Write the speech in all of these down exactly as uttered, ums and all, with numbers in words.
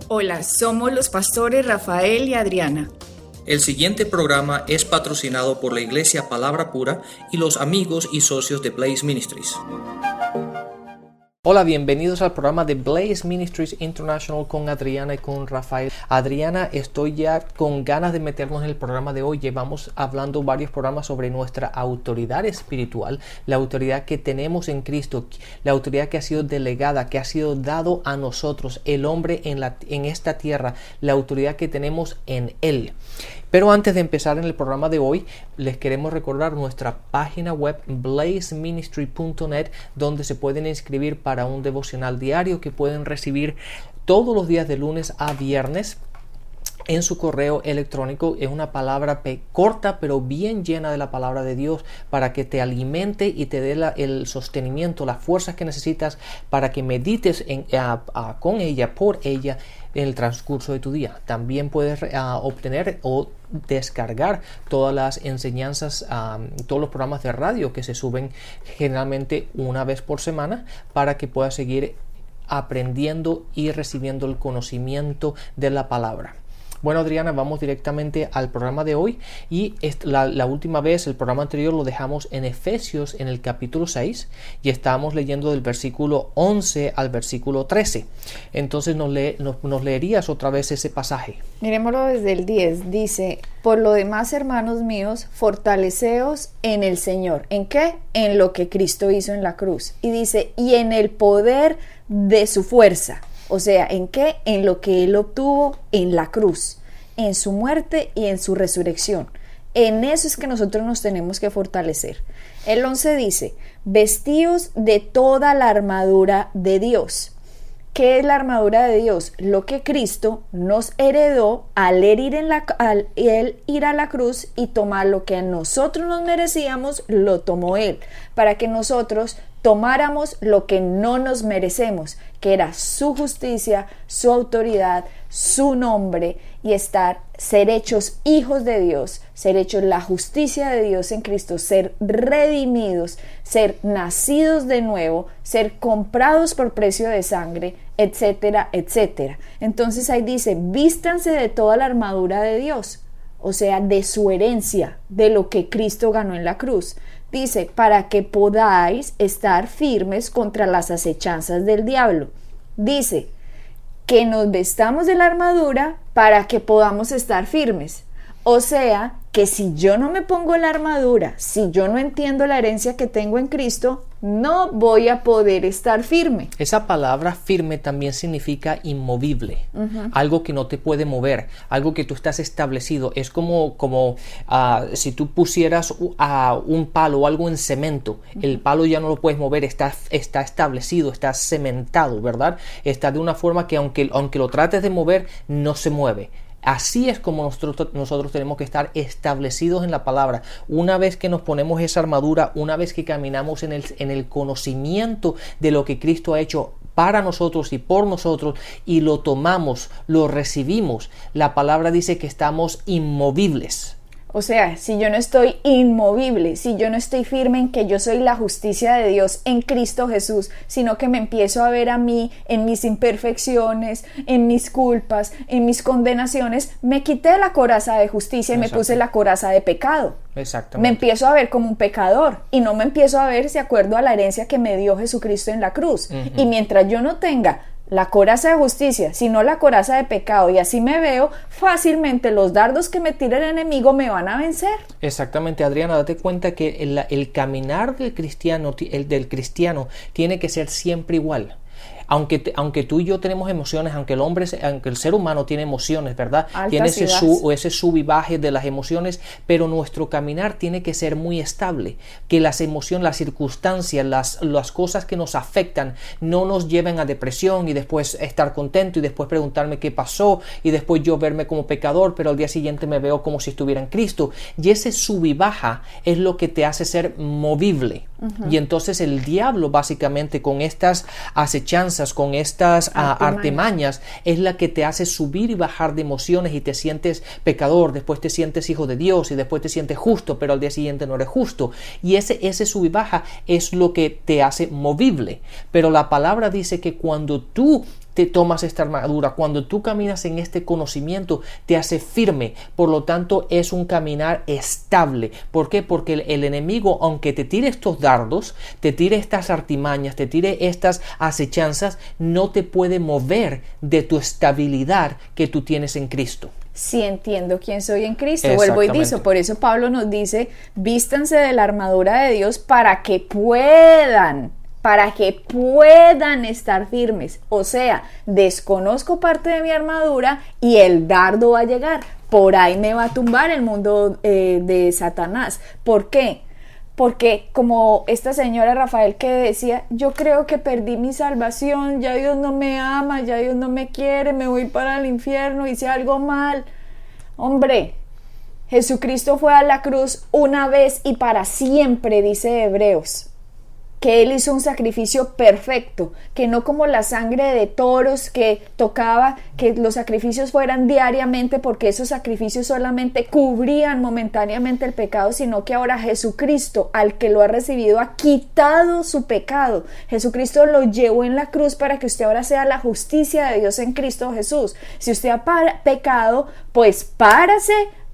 Hola, somos los pastores Rafael y Adriana. El siguiente programa es patrocinado por la Iglesia Palabra Pura y los amigos y socios de Blaze Ministries. Hola, bienvenidos al programa de Blaze Ministries International con Adriana y con Rafael. Adriana, estoy ya con ganas de meternos en el programa de hoy. Llevamos hablando varios programas sobre nuestra autoridad espiritual, la autoridad que tenemos en Cristo, la autoridad que ha sido delegada, que ha sido dado a nosotros, el hombre en, la, en esta tierra, la autoridad que tenemos en Él. Pero antes de empezar en el programa de hoy, les queremos recordar nuestra página web blaze ministry punto net, donde se pueden inscribir para un devocional diario que pueden recibir todos los días de lunes a viernes en su correo electrónico. Es una palabra pe- corta pero bien llena de la palabra de Dios para que te alimente y te dé la, el sostenimiento, las fuerzas que necesitas para que medites en, a, a, con ella, por ella, en el transcurso de tu día. También puedes uh, obtener o descargar todas las enseñanzas, um, todos los programas de radio que se suben generalmente una vez por semana para que puedas seguir aprendiendo y recibiendo el conocimiento de la palabra. Bueno, Adriana, vamos directamente al programa de hoy y la, la última vez, el programa anterior lo dejamos en Efesios en el capítulo seis y estábamos leyendo del versículo once al versículo trece. Entonces nos, lee, nos, nos leerías otra vez ese pasaje. Miremoslo desde el diez, dice: por lo demás, hermanos míos, fortaleceos en el Señor. ¿En qué? En lo que Cristo hizo en la cruz. Y dice, y en el poder de su fuerza. O sea, ¿en qué? En lo que Él obtuvo en la cruz, en su muerte y en su resurrección. En eso es que nosotros nos tenemos que fortalecer. El once dice, vestíos de toda la armadura de Dios. ¿Qué es la armadura de Dios? Lo que Cristo nos heredó al ir, en la, al él ir a la cruz y tomar lo que a nosotros nos merecíamos, lo tomó Él, para que nosotros tomáramos lo que no nos merecemos, que era su justicia, su autoridad, su nombre, y estar, ser hechos hijos de Dios, ser hechos la justicia de Dios en Cristo, ser redimidos, ser nacidos de nuevo, ser comprados por precio de sangre, etcétera, etcétera. Entonces ahí dice, vístanse de toda la armadura de Dios, o sea, de su herencia, de lo que Cristo ganó en la cruz. Dice, para que podáis estar firmes contra las acechanzas del diablo. Dice, que nos vestamos de la armadura para que podamos estar firmes. O sea, que si yo no me pongo la armadura, si yo no entiendo la herencia que tengo en Cristo, no voy a poder estar firme. Esa palabra firme también significa inmovible, uh-huh. Algo que no te puede mover, algo que tú estás establecido. Es como, como uh, si tú pusieras uh, un palo o algo en cemento, uh-huh. El palo ya no lo puedes mover, está, está establecido, está cementado, ¿verdad? Está de una forma que aunque, aunque lo trates de mover, no se mueve. Así es como nosotros, nosotros tenemos que estar establecidos en la palabra. Una vez que nos ponemos esa armadura, una vez que caminamos en el, en el conocimiento de lo que Cristo ha hecho para nosotros y por nosotros, y lo tomamos, lo recibimos, la palabra dice que estamos inmovibles. O sea, si yo no estoy inmovible, si yo no estoy firme en que yo soy la justicia de Dios en Cristo Jesús, sino que me empiezo a ver a mí en mis imperfecciones, en mis culpas, en mis condenaciones, me quité la coraza de justicia y Exacto. me puse la coraza de pecado. Exactamente. Me empiezo a ver como un pecador y no me empiezo a ver de acuerdo a la herencia que me dio Jesucristo en la cruz. Uh-huh. Y mientras yo no tenga la coraza de justicia, sino la coraza de pecado, y así me veo, fácilmente los dardos que me tire el enemigo me van a vencer. Exactamente, Adriana, date cuenta que el, el caminar del cristiano, el del cristiano tiene que ser siempre igual. Aunque, te, aunque tú y yo tenemos emociones, aunque el hombre, aunque el ser humano tiene emociones, ¿verdad? Altas tiene ese, sub, ese sub y baje de las emociones, pero nuestro caminar tiene que ser muy estable. Que las emociones, las circunstancias, las, las cosas que nos afectan no nos lleven a depresión y después estar contento y después preguntarme qué pasó y después yo verme como pecador, pero al día siguiente me veo como si estuviera en Cristo. Y ese sub y baja es lo que te hace ser movible. Uh-huh. Y entonces el diablo básicamente con estas acechanzas, con estas artimañas. Uh, artimañas es la que te hace subir y bajar de emociones y te sientes pecador, después te sientes hijo de Dios y después te sientes justo, pero al día siguiente no eres justo. Y ese, ese sub y baja es lo que te hace movible. Pero la palabra dice que cuando tú te tomas esta armadura. Cuando tú caminas en este conocimiento, te hace firme. Por lo tanto, es un caminar estable. ¿Por qué? Porque el, el enemigo, aunque te tire estos dardos, te tire estas artimañas, te tire estas acechanzas, no te puede mover de tu estabilidad que tú tienes en Cristo. Si entiendo quién soy en Cristo, vuelvo y digo, por eso Pablo nos dice, vístanse de la armadura de Dios para que puedan, para que puedan estar firmes. O sea, desconozco parte de mi armadura y el dardo va a llegar, por ahí me va a tumbar el mundo eh, de Satanás. ¿Por qué? Porque como esta señora Rafael que decía, yo creo que perdí mi salvación, ya Dios no me ama, ya Dios no me quiere, me voy para el infierno, hice algo mal. Hombre, Jesucristo fue a la cruz una vez y para siempre, dice Hebreos, que Él hizo un sacrificio perfecto, que no como la sangre de toros que tocaba, que los sacrificios fueran diariamente, porque esos sacrificios solamente cubrían momentáneamente el pecado, sino que ahora Jesucristo, al que lo ha recibido, ha quitado su pecado. Jesucristo lo llevó en la cruz para que usted ahora sea la justicia de Dios en Cristo Jesús. Si usted ha pecado, pues párase,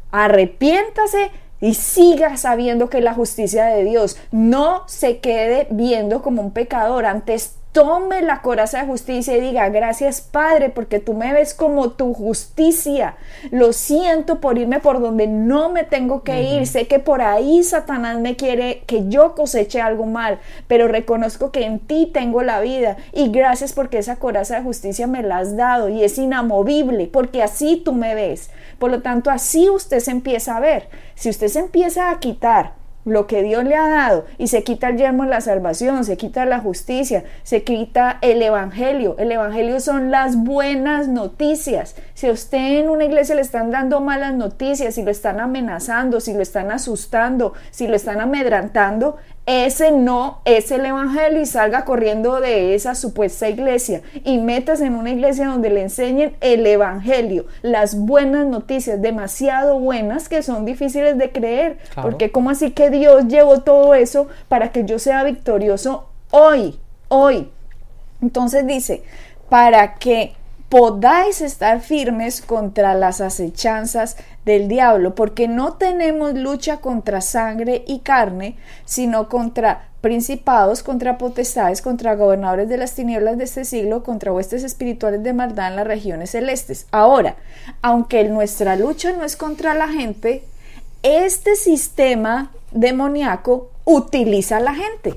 arrepiéntase y siga sabiendo que es la justicia de Dios. No se quede viendo como un pecador. Antes tome la coraza de justicia y diga, gracias Padre, porque tú me ves como tu justicia. Lo siento por irme por donde no me tengo que uh-huh. ir. Sé que por ahí Satanás me quiere que yo coseche algo mal, pero reconozco que en ti tengo la vida. Y gracias porque esa coraza de justicia me la has dado y es inamovible, porque así tú me ves. Por lo tanto, así usted se empieza a ver. Si usted se empieza a quitar lo que Dios le ha dado y se quita el yelmo de la salvación, se quita la justicia, se quita el evangelio. El evangelio son las buenas noticias. Si a usted en una iglesia le están dando malas noticias, si lo están amenazando, si lo están asustando, si lo están amedrantando, ese no es el evangelio y salga corriendo de esa supuesta iglesia y métase en una iglesia donde le enseñen el evangelio, las buenas noticias, demasiado buenas que son difíciles de creer, claro. Porque ¿cómo así que Dios llevó todo eso para que yo sea victorioso hoy, hoy? Entonces dice, para que podáis estar firmes contra las acechanzas del diablo, porque no tenemos lucha contra sangre y carne, sino contra principados, contra potestades, contra gobernadores de las tinieblas de este siglo, contra huestes espirituales de maldad en las regiones celestes. Ahora, aunque nuestra lucha no es contra la gente, este sistema demoníaco utiliza a la gente.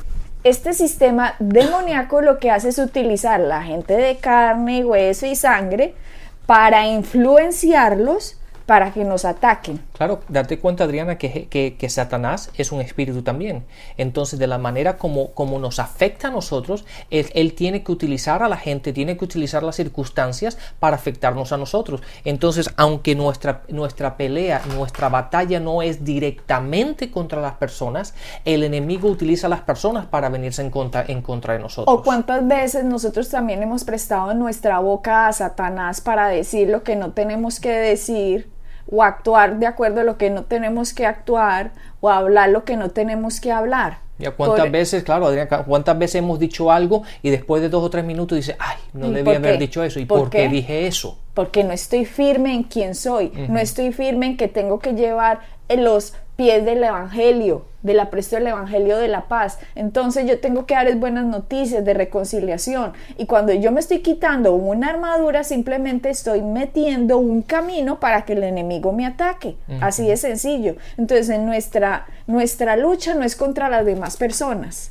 Este sistema demoníaco lo que hace es utilizar la gente de carne, hueso y sangre para influenciarlos para que nos ataquen. Claro, date cuenta, Adriana, que, que, que Satanás es un espíritu también. Entonces, de la manera como, como nos afecta a nosotros, él, él tiene que utilizar a la gente, tiene que utilizar las circunstancias para afectarnos a nosotros. Entonces, aunque nuestra, nuestra pelea, nuestra batalla no es directamente contra las personas, el enemigo utiliza a las personas para venirse en contra, en contra de nosotros. O cuántas veces nosotros también hemos prestado nuestra boca a Satanás para decir lo que no tenemos que decir, o actuar de acuerdo a lo que no tenemos que actuar, o hablar lo que no tenemos que hablar. Ya cuántas Por... veces, claro, Adriana, cuántas veces hemos dicho algo y después de dos o tres minutos dice, ay, no debía haber dicho eso. ¿Y por, por qué? qué dije eso? Porque no estoy firme en quién soy, uh-huh. no estoy firme en que tengo que llevar los pies del evangelio, del apresto del evangelio de la paz. Entonces yo tengo que darles buenas noticias de reconciliación, y cuando yo me estoy quitando una armadura, simplemente estoy metiendo un camino para que el enemigo me ataque. Uh-huh. Así de sencillo. Entonces en nuestra, nuestra lucha no es contra las demás personas,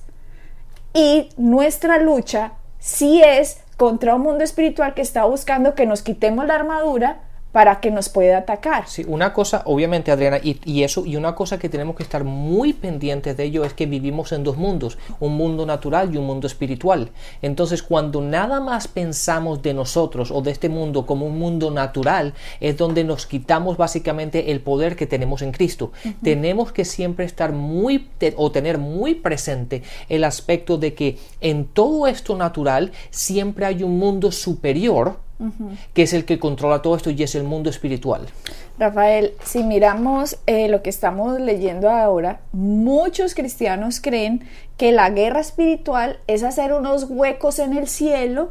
y nuestra lucha sí es contra un mundo espiritual que está buscando que nos quitemos la armadura para que nos pueda atacar. Sí, una cosa, obviamente, Adriana, y, y eso, y una cosa que tenemos que estar muy pendientes de ello es que vivimos en dos mundos, un mundo natural y un mundo espiritual. Entonces, cuando nada más pensamos de nosotros o de este mundo como un mundo natural, es donde nos quitamos básicamente el poder que tenemos en Cristo. Uh-huh. Tenemos que siempre estar muy, te, o tener muy presente el aspecto de que en todo esto natural siempre hay un mundo superior, Uh-huh. que es el que controla todo esto, y es el mundo espiritual. Rafael, si miramos eh, lo que estamos leyendo ahora, muchos cristianos creen que la guerra espiritual es hacer unos huecos en el cielo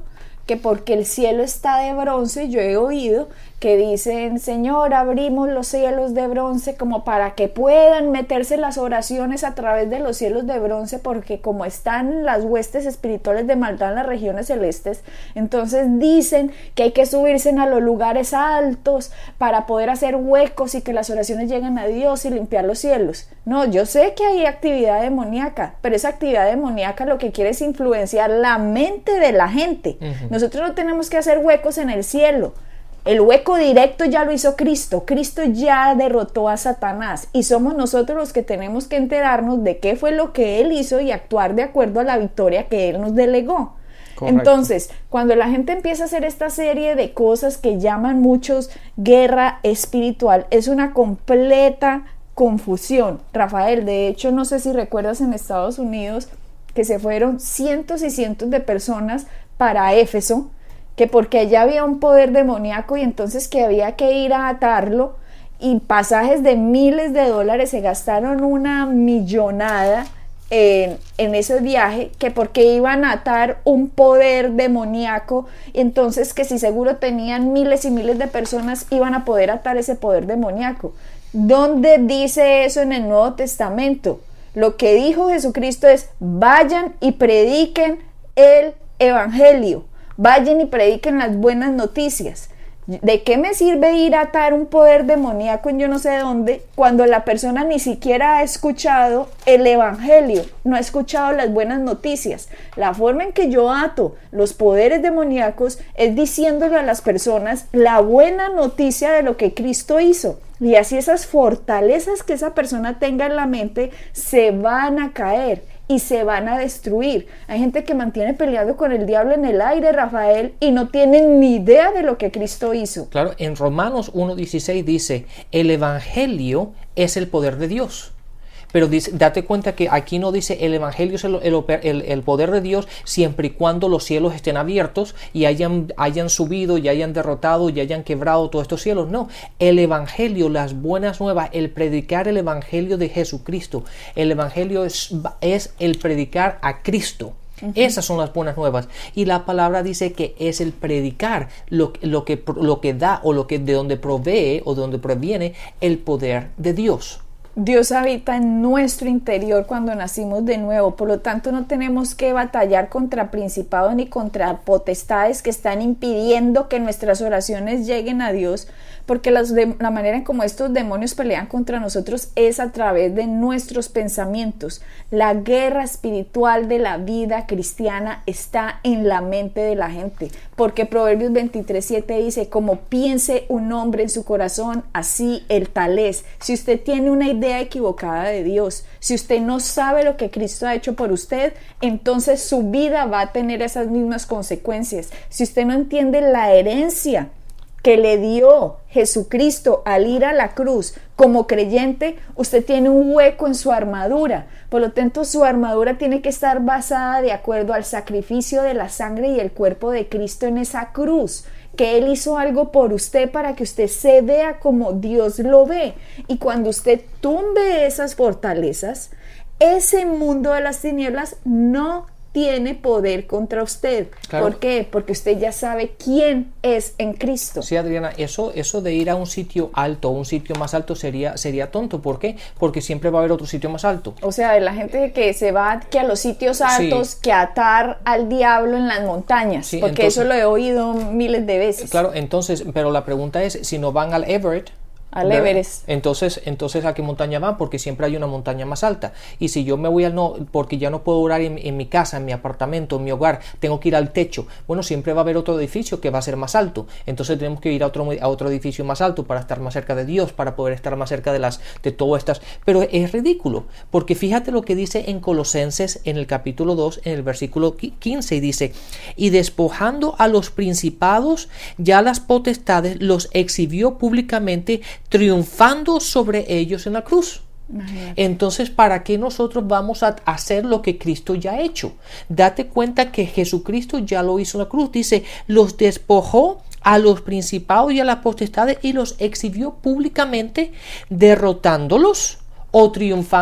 que porque el cielo está de bronce. Yo he oído que dicen, Señor, abrimos los cielos de bronce como para que puedan meterse las oraciones a través de los cielos de bronce, porque como están las huestes espirituales de maldad en las regiones celestes, entonces dicen que hay que subirse a los lugares altos para poder hacer huecos y que las oraciones lleguen a Dios y limpiar los cielos. No, yo sé que hay actividad demoníaca, pero esa actividad demoníaca lo que quiere es influenciar la mente de la gente. Uh-huh. Nosotros no tenemos que hacer huecos en el cielo. El hueco directo ya lo hizo Cristo. Cristo ya derrotó a Satanás y somos nosotros los que tenemos que enterarnos de qué fue lo que Él hizo y actuar de acuerdo a la victoria que Él nos delegó. Correcto. Entonces, cuando la gente empieza a hacer esta serie de cosas que llaman muchos guerra espiritual, es una completa confusión. Rafael, de hecho, no sé si recuerdas en Estados Unidos que se fueron cientos y cientos de personas para Éfeso, que porque allá había un poder demoníaco y entonces que había que ir a atarlo, y pasajes de miles de dólares, se gastaron una millonada en, en ese viaje, que porque iban a atar un poder demoníaco, y entonces que si seguro tenían miles y miles de personas iban a poder atar ese poder demoníaco. ¿Dónde dice eso en el Nuevo Testamento? Lo que dijo Jesucristo es: vayan y prediquen el evangelio. Vayan y prediquen las buenas noticias. ¿De qué me sirve ir a atar un poder demoníaco en yo no sé dónde cuando la persona ni siquiera ha escuchado el evangelio, no ha escuchado las buenas noticias? La forma en que yo ato los poderes demoníacos es diciéndole a las personas la buena noticia de lo que Cristo hizo. Y así esas fortalezas que esa persona tenga en la mente se van a caer y se van a destruir. Hay gente que mantiene peleando con el diablo en el aire, Rafael, y no tienen ni idea de lo que Cristo hizo. Claro, en Romanos uno dieciséis dice, el evangelio es el poder de Dios. Pero dice, date cuenta que aquí no dice el evangelio es el, el, el, el poder de Dios siempre y cuando los cielos estén abiertos y hayan, hayan subido y hayan derrotado y hayan quebrado todos estos cielos. No, el evangelio, las buenas nuevas, el predicar el evangelio de Jesucristo. El evangelio es, es el predicar a Cristo. Uh-huh. Esas son las buenas nuevas. Y la palabra dice que es el predicar lo, lo, que, lo que da o lo que de donde provee o de donde proviene el poder de Dios. Dios habita en nuestro interior cuando nacimos de nuevo, por lo tanto no tenemos que batallar contra principados ni contra potestades que están impidiendo que nuestras oraciones lleguen a Dios, porque las de, la manera en como estos demonios pelean contra nosotros es a través de nuestros pensamientos. La guerra espiritual de la vida cristiana está en la mente de la gente, porque Proverbios veintitrés siete dice, como piense un hombre en su corazón, así el tal es. Si usted tiene una idea idea equivocada de Dios, si usted no sabe lo que Cristo ha hecho por usted, entonces su vida va a tener esas mismas consecuencias. Si usted no entiende la herencia que le dio Jesucristo al ir a la cruz como creyente, usted tiene un hueco en su armadura. Por lo tanto, su armadura tiene que estar basada de acuerdo al sacrificio de la sangre y el cuerpo de Cristo en esa cruz, que Él hizo algo por usted para que usted se vea como Dios lo ve. Y cuando usted tumbe esas fortalezas, ese mundo de las tinieblas no tiene poder contra usted. Claro. ¿Por qué? Porque usted ya sabe quién es en Cristo. Sí, Adriana, eso, eso de ir a un sitio alto, un sitio más alto sería, sería tonto. ¿Por qué? Porque siempre va a haber otro sitio más alto. O sea, de la gente que se va que a los sitios altos, sí, que a atar al diablo en las montañas, sí, porque entonces, eso lo he oído miles de veces. Claro, entonces, pero la pregunta es, si no van al Everett, al Everest. Entonces, entonces, ¿a qué montaña van? Porque siempre hay una montaña más alta. Y si yo me voy al no, porque ya no puedo orar en, en mi casa, en mi apartamento, en mi hogar, tengo que ir al techo. Bueno, siempre va a haber otro edificio que va a ser más alto. Entonces tenemos que ir a otro, a otro edificio más alto para estar más cerca de Dios, para poder estar más cerca de las, de todas estas. Pero es ridículo, porque fíjate lo que dice en Colosenses, en el capítulo dos, en el versículo quince, y dice, y despojando a los principados, ya las potestades los exhibió públicamente, triunfando sobre ellos en la cruz. Imagínate. Entonces, ¿para qué nosotros vamos a hacer lo que Cristo ya ha hecho? Date cuenta que Jesucristo ya lo hizo en la cruz. Dice, los despojó a los principados y a las potestades y los exhibió públicamente, derrotándolos o triunfando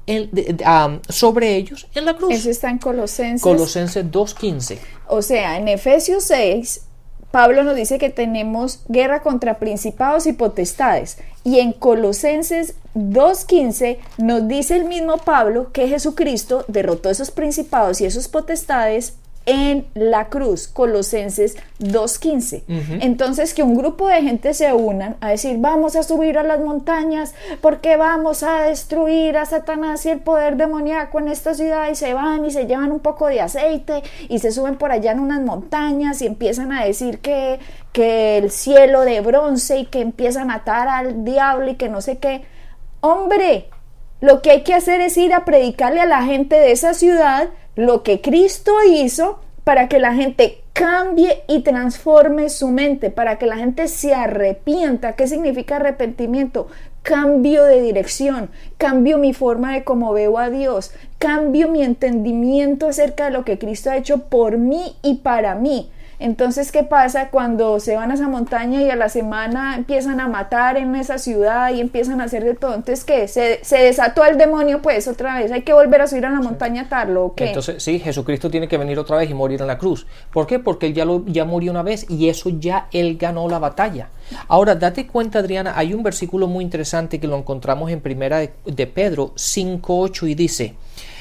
en, de, de, um, sobre ellos en la cruz. Eso está en Colosenses. Colosenses dos quince. O sea, en Efesios seis, Pablo nos dice que tenemos guerra contra principados y potestades. Y en Colosenses dos quince nos dice el mismo Pablo que Jesucristo derrotó esos principados y esos potestades en la cruz. Colosenses dos quince. Uh-huh. Entonces, que un grupo de gente se unan a decir, vamos a subir a las montañas porque vamos a destruir a Satanás y el poder demoníaco en esta ciudad, y se van y se llevan un poco de aceite y se suben por allá en unas montañas y empiezan a decir que, que el cielo de bronce, y que empiezan a atar al diablo y que no sé qué. Hombre, lo que hay que hacer es ir a predicarle a la gente de esa ciudad lo que Cristo hizo, para que la gente cambie y transforme su mente, para que la gente se arrepienta. ¿Qué significa arrepentimiento? Cambio de dirección, cambio mi forma de cómo veo a Dios, cambio mi entendimiento acerca de lo que Cristo ha hecho por mí y para mí. Entonces, ¿qué pasa cuando se van a esa montaña y a la semana empiezan a matar en esa ciudad y empiezan a hacer de todo? Entonces, ¿qué? ¿Se, se desató el demonio pues otra vez? ¿Hay que volver a subir a la montaña a atarlo o qué? Entonces, sí, Jesucristo tiene que venir otra vez y morir en la cruz. ¿Por qué? Porque Él ya, lo, ya murió una vez y eso ya Él ganó la batalla. Ahora, date cuenta, Adriana, hay un versículo muy interesante que lo encontramos en primera de, de Pedro cinco ocho y dice: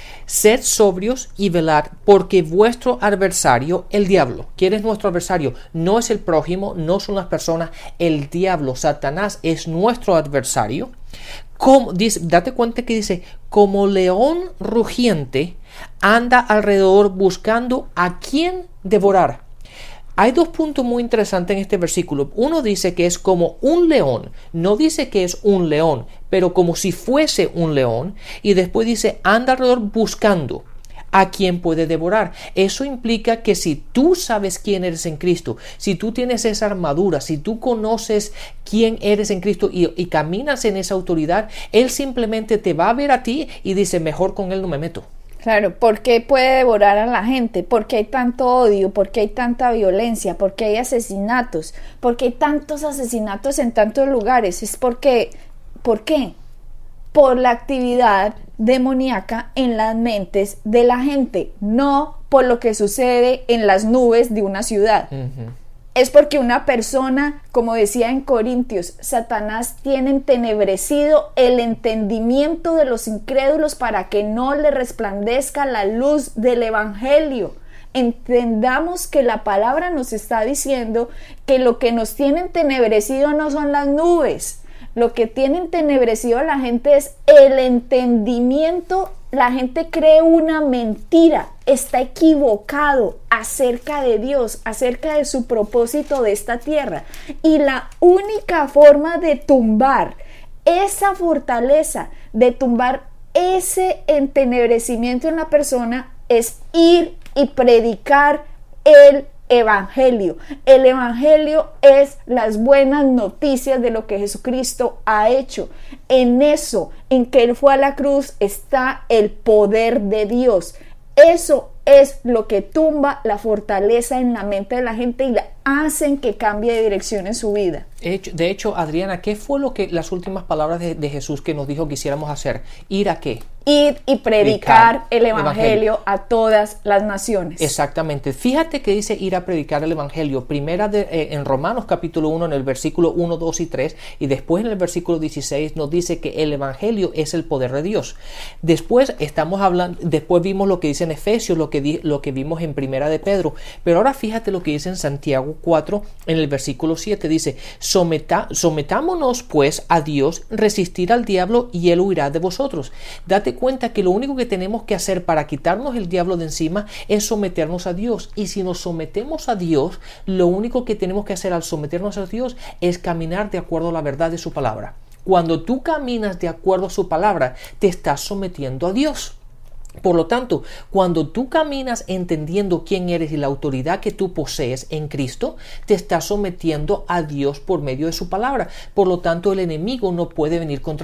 sed sobrios y velad, porque vuestro adversario, el diablo. ¿Quién es nuestro adversario? No es el prójimo, no son las personas, el diablo, Satanás es nuestro adversario. Como, dice, date cuenta que dice, como león rugiente, anda alrededor buscando a quién devorar. Hay dos puntos muy interesantes en este versículo. Uno dice que es como un león, no dice que es un león, pero como si fuese un león, y después dice anda alrededor buscando a quien puede devorar. Eso implica que si tú sabes quién eres en Cristo, si tú tienes esa armadura, si tú conoces quién eres en Cristo y, y caminas en esa autoridad, Él simplemente te va a ver a ti y dice, mejor con Él no me meto. Claro, ¿por qué puede devorar a la gente? ¿Por qué hay tanto odio? ¿Por qué hay tanta violencia? ¿Por qué hay asesinatos? ¿Por qué hay tantos asesinatos en tantos lugares? Es porque, ¿por qué? Por la actividad demoníaca en las mentes de la gente, no por lo que sucede en las nubes de una ciudad. Uh-huh. Es porque una persona, como decía en Corintios, Satanás tiene entenebrecido el entendimiento de los incrédulos para que no le resplandezca la luz del evangelio. Entendamos que la palabra nos está diciendo que lo que nos tiene entenebrecido no son las nubes. Lo que tiene entenebrecido a la gente es el entendimiento. La gente cree una mentira, está equivocado acerca de Dios, acerca de su propósito de esta tierra. Y la única forma de tumbar esa fortaleza, de tumbar ese entenebrecimiento en la persona, es ir y predicar el Evangelio. El Evangelio es las buenas noticias de lo que Jesucristo ha hecho. En eso, en que Él fue a la cruz, está el poder de Dios. Eso es lo que tumba la fortaleza en la mente de la gente y la hacen que cambie de dirección en su vida. De hecho, Adriana, ¿qué fue lo que las últimas palabras de, de Jesús que nos dijo que hiciéramos hacer? ¿Ir a qué? Ir y predicar, predicar el evangelio, evangelio a todas las naciones. Exactamente. Fíjate que dice ir a predicar el evangelio. Primera de, eh, en Romanos capítulo uno, en el versículo uno, dos y tres, y después en el versículo dieciséis nos dice que el evangelio es el poder de Dios. Después estamos hablando, después vimos lo que dice en Efesios, lo que, di, lo que vimos en Primera de Pedro, pero ahora fíjate lo que dice en Santiago cuatro, en el versículo siete, dice, Someta, sometámonos pues a Dios, resistir al diablo y él huirá de vosotros. Date cuenta que lo único que tenemos que hacer para quitarnos el diablo de encima es someternos a Dios, y si nos sometemos a Dios, lo único que tenemos que hacer al someternos a Dios es caminar de acuerdo a la verdad de su palabra. Cuando tú caminas de acuerdo a su palabra, te estás sometiendo a Dios. Por lo tanto, cuando tú caminas entendiendo quién eres y la autoridad que tú posees en Cristo, te estás sometiendo a Dios por medio de su palabra. Por lo tanto, el enemigo no puede venir contra ti.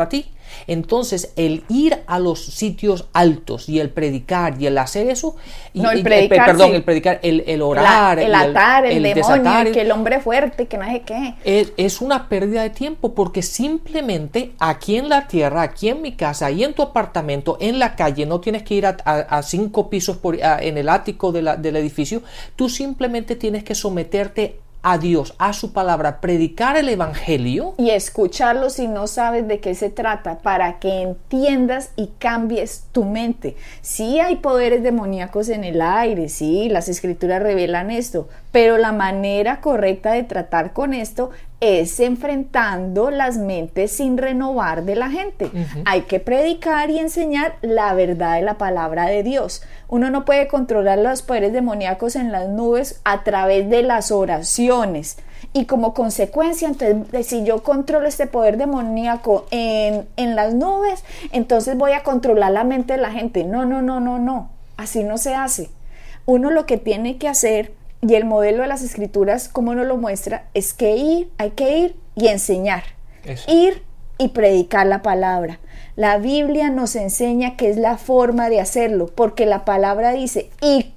Entonces, el ir a los sitios altos y el predicar y el hacer eso, y, no, el y, predicar, eh, perdón, sí. el predicar, el, el orar, el, el atar, el, el, el demonio, desatar, que el hombre fuerte, que no sé qué. Es, es una pérdida de tiempo, porque simplemente aquí en la tierra, aquí en mi casa, ahí en tu apartamento, en la calle, no tienes que ir a, a, a cinco pisos por, a, en el ático de la, del edificio. Tú simplemente tienes que someterte a Dios, a su palabra, predicar el evangelio y escucharlo si no sabes de qué se trata, para que entiendas y cambies tu mente. Sí hay poderes demoníacos en el aire, sí, las escrituras revelan esto, pero la manera correcta de tratar con esto es enfrentando las mentes sin renovar de la gente. Uh-huh. Hay que predicar y enseñar la verdad de la palabra de Dios. Uno no puede controlar los poderes demoníacos en las nubes a través de las oraciones. Y como consecuencia, entonces, si yo controlo este poder demoníaco en, en las nubes, entonces voy a controlar la mente de la gente. No, no, no, no, no. Así no se hace. Uno lo que tiene que hacer, y el modelo de las escrituras, como nos lo muestra, es que ir, hay que ir y enseñar. Eso. Ir y predicar la palabra. La Biblia nos enseña que es la forma de hacerlo, porque la palabra dice, y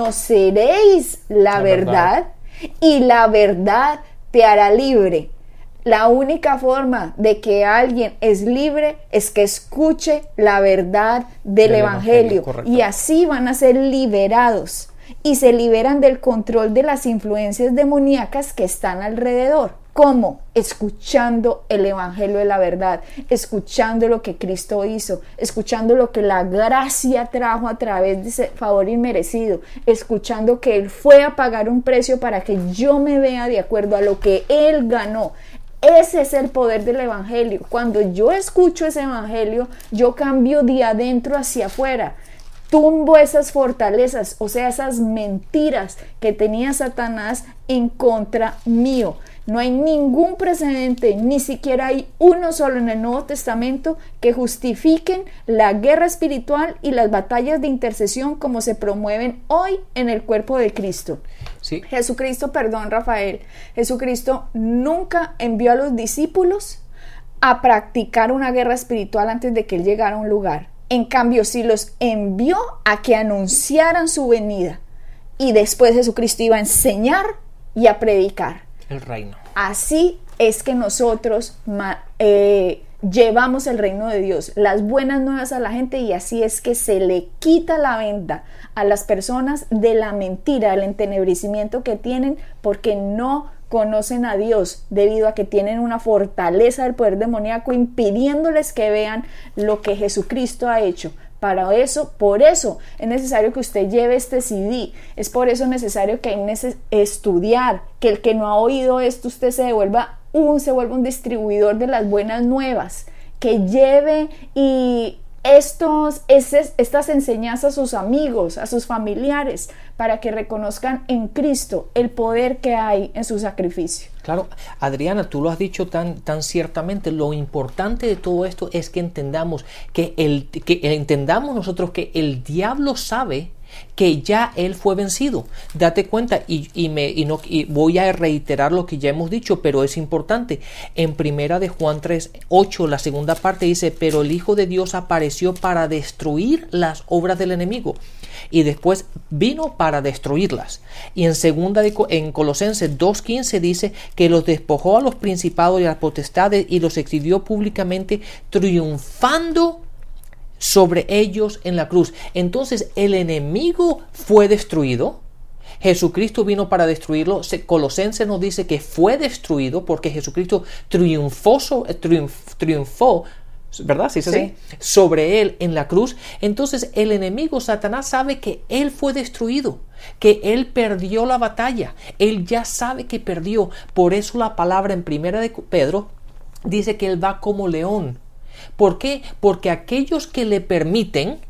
conoceréis la, la verdad, verdad, y la verdad te hará libre. La única forma de que alguien es libre es que escuche la verdad del, del evangelio, evangelio y así van a ser liberados. Y se liberan del control de las influencias demoníacas que están alrededor. ¿Cómo? Escuchando el evangelio de la verdad, escuchando lo que Cristo hizo, escuchando lo que la gracia trajo a través de ese favor inmerecido, escuchando que Él fue a pagar un precio para que yo me vea de acuerdo a lo que Él ganó. Ese es el poder del evangelio. Cuando yo escucho ese evangelio, yo cambio de adentro hacia afuera. Tumbo esas fortalezas, o sea, esas mentiras que tenía Satanás en contra mío. No hay ningún precedente, ni siquiera hay uno solo en el Nuevo Testamento que justifiquen la guerra espiritual y las batallas de intercesión como se promueven hoy en el cuerpo de Cristo. Sí. Jesucristo, perdón, Rafael, Jesucristo nunca envió a los discípulos a practicar una guerra espiritual antes de que Él llegara a un lugar. En cambio, sí los envió a que anunciaran su venida, y después Jesucristo iba a enseñar y a predicar el reino. Así es que nosotros eh, llevamos el reino de Dios, las buenas nuevas a la gente, y así es que se le quita la venda a las personas de la mentira, del entenebrecimiento que tienen, porque no conocen a Dios, debido a que tienen una fortaleza del poder demoníaco impidiéndoles que vean lo que Jesucristo ha hecho. Para eso, por eso es necesario que usted lleve este C D, es por eso necesario que hay neces- estudiar, que el que no ha oído esto, usted se devuelva un, se vuelva un distribuidor de las buenas nuevas, que lleve y estos, esas, estas enseñanzas a sus amigos, a sus familiares, para que reconozcan en Cristo el poder que hay en su sacrificio. Claro, Adriana, tú lo has dicho tan, tan ciertamente. Lo importante de todo esto es que entendamos que, el, que entendamos nosotros que el diablo sabe que ya él fue vencido. Date cuenta, y, y, me, y, no, y voy a reiterar lo que ya hemos dicho, pero es importante. En primera de Juan tres, ocho, la segunda parte dice, pero el Hijo de Dios apareció para destruir las obras del enemigo, y después vino para destruirlas. Y en segunda de, en Colosenses dos quince dice que los despojó a los principados y a las potestades y los exhibió públicamente, triunfando sobre ellos en la cruz. Entonces el enemigo fue destruido. Jesucristo vino para destruirlo. Colosenses nos dice que fue destruido porque Jesucristo triunfó, triunf, triunfó ¿verdad? ¿Sí, sí, sí. sobre él en la cruz. Entonces el enemigo, Satanás, sabe que él fue destruido, que él perdió la batalla. Él ya sabe que perdió. Por eso la palabra en primera de Pedro dice que él va como león. ¿Por qué? Porque aquellos que le permiten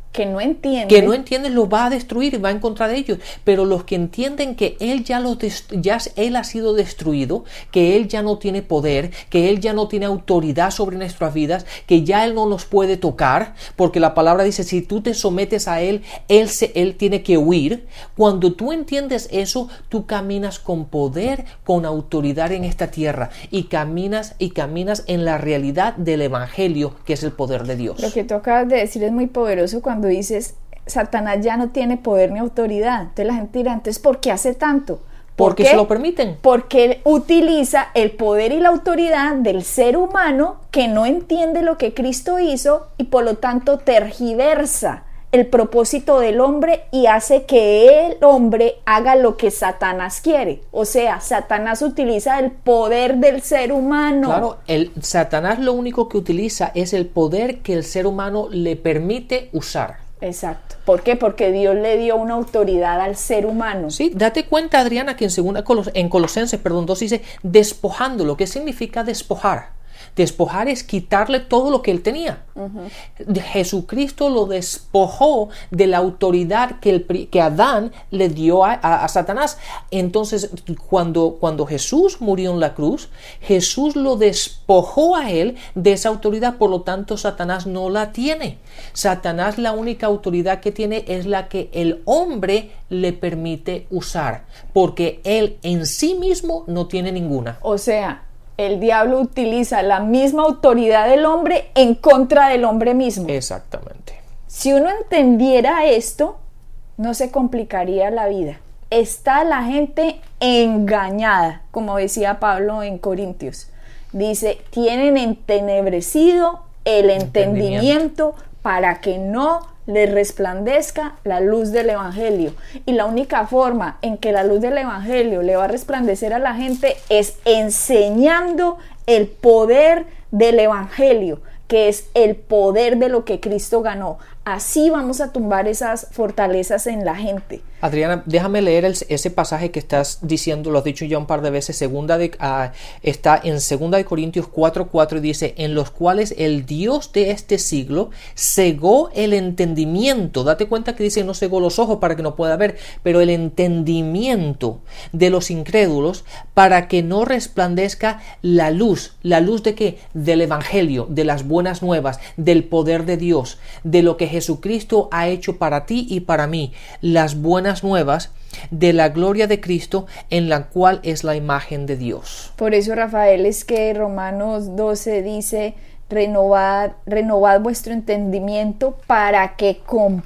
que no entienden, que no entienden, los va a destruir y va en contra de ellos. Pero los que entienden que él ya los ya él ha sido destruido, que él ya no tiene poder, que él ya no tiene autoridad sobre nuestras vidas, que ya él no nos puede tocar, porque la palabra dice, si tú te sometes a él, él se él tiene que huir. Cuando tú entiendes eso, tú caminas con poder, con autoridad en esta tierra y caminas y caminas en la realidad del evangelio, que es el poder de Dios. Lo que tú acabas de decir es muy poderoso cuando dices, Satanás ya no tiene poder ni autoridad. Entonces la gente dirá, entonces, ¿por qué hace tanto? ¿Por Porque qué? se lo permiten. Porque él utiliza el poder y la autoridad del ser humano que no entiende lo que Cristo hizo y por lo tanto tergiversa el propósito del hombre y hace que el hombre haga lo que Satanás quiere. O sea, Satanás utiliza el poder del ser humano. Claro, el Satanás lo único que utiliza es el poder que el ser humano le permite usar. Exacto. ¿Por qué? Porque Dios le dio una autoridad al ser humano. Sí, date cuenta, Adriana, que en segunda Colos- en Colosenses, perdón, dos dice despojándolo. ¿Qué significa despojar? Despojar es quitarle todo lo que él tenía. Uh-huh. Jesucristo lo despojó de la autoridad que, el, que Adán le dio a, a, a Satanás. Entonces, cuando, cuando Jesús murió en la cruz, Jesús lo despojó a él de esa autoridad. Por lo tanto, Satanás no la tiene. Satanás, la única autoridad que tiene es la que el hombre le permite usar, porque él en sí mismo no tiene ninguna. O sea, el diablo utiliza la misma autoridad del hombre en contra del hombre mismo. Exactamente. Si uno entendiera esto, no se complicaría la vida. Está la gente engañada, como decía Pablo en Corintios. Dice, tienen entenebrecido el entendimiento, entendimiento para que no les resplandezca la luz del evangelio. Y la única forma en que la luz del evangelio le va a resplandecer a la gente es enseñando el poder del evangelio, que es el poder de lo que Cristo ganó. Así vamos a tumbar esas fortalezas en la gente. Adriana, déjame leer el, ese pasaje que estás diciendo, lo has dicho ya un par de veces, segunda de, uh, está en segunda de Corintios cuatro cuatro y dice, en los cuales el Dios de este siglo cegó el entendimiento. Date cuenta que dice no cegó los ojos para que no pueda ver, pero el entendimiento de los incrédulos para que no resplandezca la luz. ¿La luz de qué? Del evangelio, de las buenas nuevas, del poder de Dios, de lo que Jesucristo ha hecho para ti y para mí, las buenas nuevas de la gloria de Cristo, en la cual es la imagen de Dios. Por eso, Rafael, es que Romanos doce dice, renovad, renovad vuestro entendimiento para que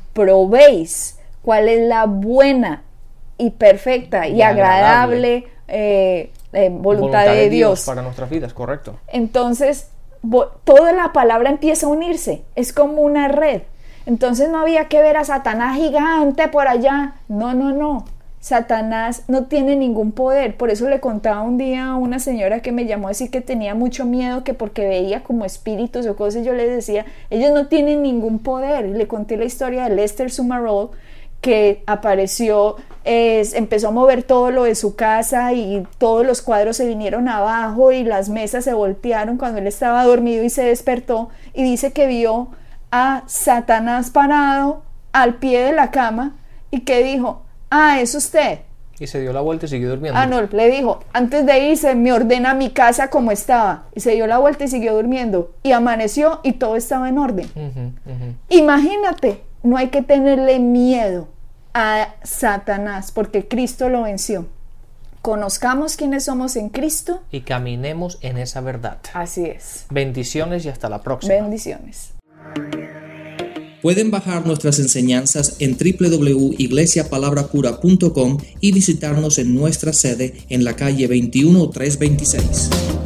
comprobéis cuál es la buena y perfecta y, y agradable, agradable eh, eh, voluntad, voluntad de, de Dios. Dios para nuestras vidas, correcto. Entonces, toda la palabra empieza a unirse, es como una red. Entonces no había que ver a Satanás gigante por allá. No, no, no. Satanás no tiene ningún poder. Por eso le contaba un día a una señora que me llamó a decir que tenía mucho miedo, que porque veía como espíritus o cosas, yo le decía, ellos no tienen ningún poder. Y le conté la historia de Lester Summerall, que apareció, eh, empezó a mover todo lo de su casa y todos los cuadros se vinieron abajo y las mesas se voltearon cuando él estaba dormido y se despertó, y dice que vio a Satanás parado al pie de la cama y que dijo, ah, es usted. Y se dio la vuelta y siguió durmiendo. Ah, no, le dijo, antes de irse me ordena mi casa como estaba. Y se dio la vuelta y siguió durmiendo. Y amaneció y todo estaba en orden. Uh-huh, uh-huh. Imagínate, no hay que tenerle miedo a Satanás porque Cristo lo venció. Conozcamos quiénes somos en Cristo y caminemos en esa verdad. Así es. Bendiciones y hasta la próxima. Bendiciones. Pueden bajar nuestras enseñanzas en doble u doble u doble u punto iglesia palabra pura punto com y visitarnos en nuestra sede en la calle veintiuno trescientos veintiséis.